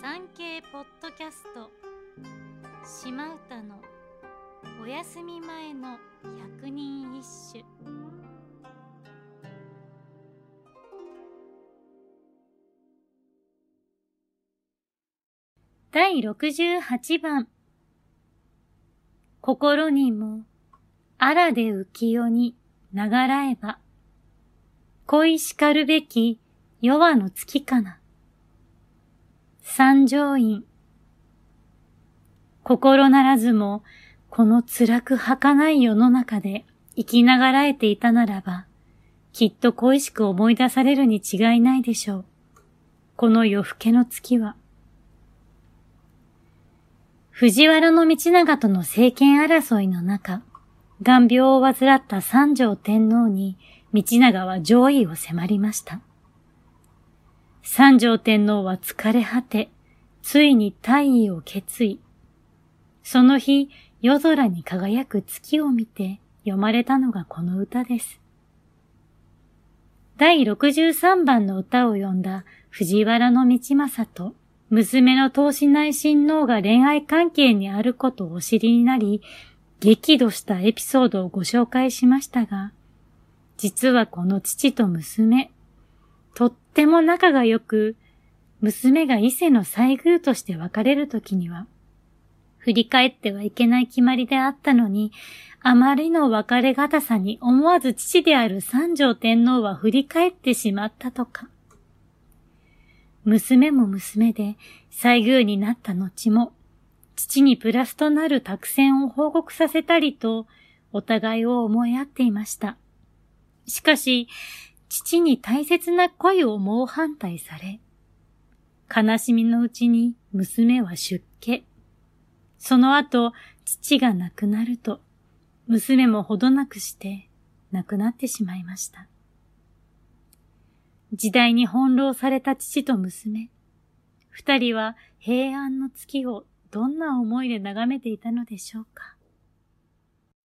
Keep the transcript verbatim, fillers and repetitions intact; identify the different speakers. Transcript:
Speaker 1: 産経ポッドキャスト島唄のお休み前の百人一首。だいろくじゅうはちばん。心にもあらで浮世に流らえば、恋しかるべき夜はの月かな。三条院。心ならずもこの辛く儚い世の中で生きながらえていたならば、きっと恋しく思い出されるに違いないでしょう。この夜更けの月は。藤原道長との政権争いの中、眼病を患った三条天皇に道長は上位を迫りました。三条天皇は疲れ果て、ついに退位を決意。その日、夜空に輝く月を見て読まれたのがこの歌です。だいろくじゅうさんばんの歌を詠んだ藤原道正と娘の東市内親王が恋愛関係にあることをお知りになり、激怒したエピソードをご紹介しましたが、実はこの父と娘、とっても仲が良く、娘が伊勢の西宮として別れるときには、振り返ってはいけない決まりであったのに、あまりの別れがたさに思わず父である三条天皇は振り返ってしまったとか。娘も娘で西宮になった後も、父にプラスとなる託戦を報告させたりと、お互いを思い合っていました。しかし、父に大切な恋を猛反対され、悲しみのうちに娘は出家。その後、父が亡くなると、娘もほどなくして亡くなってしまいました。時代に翻弄された父と娘、二人は平安の月をどんな思いで眺めていたのでしょうか。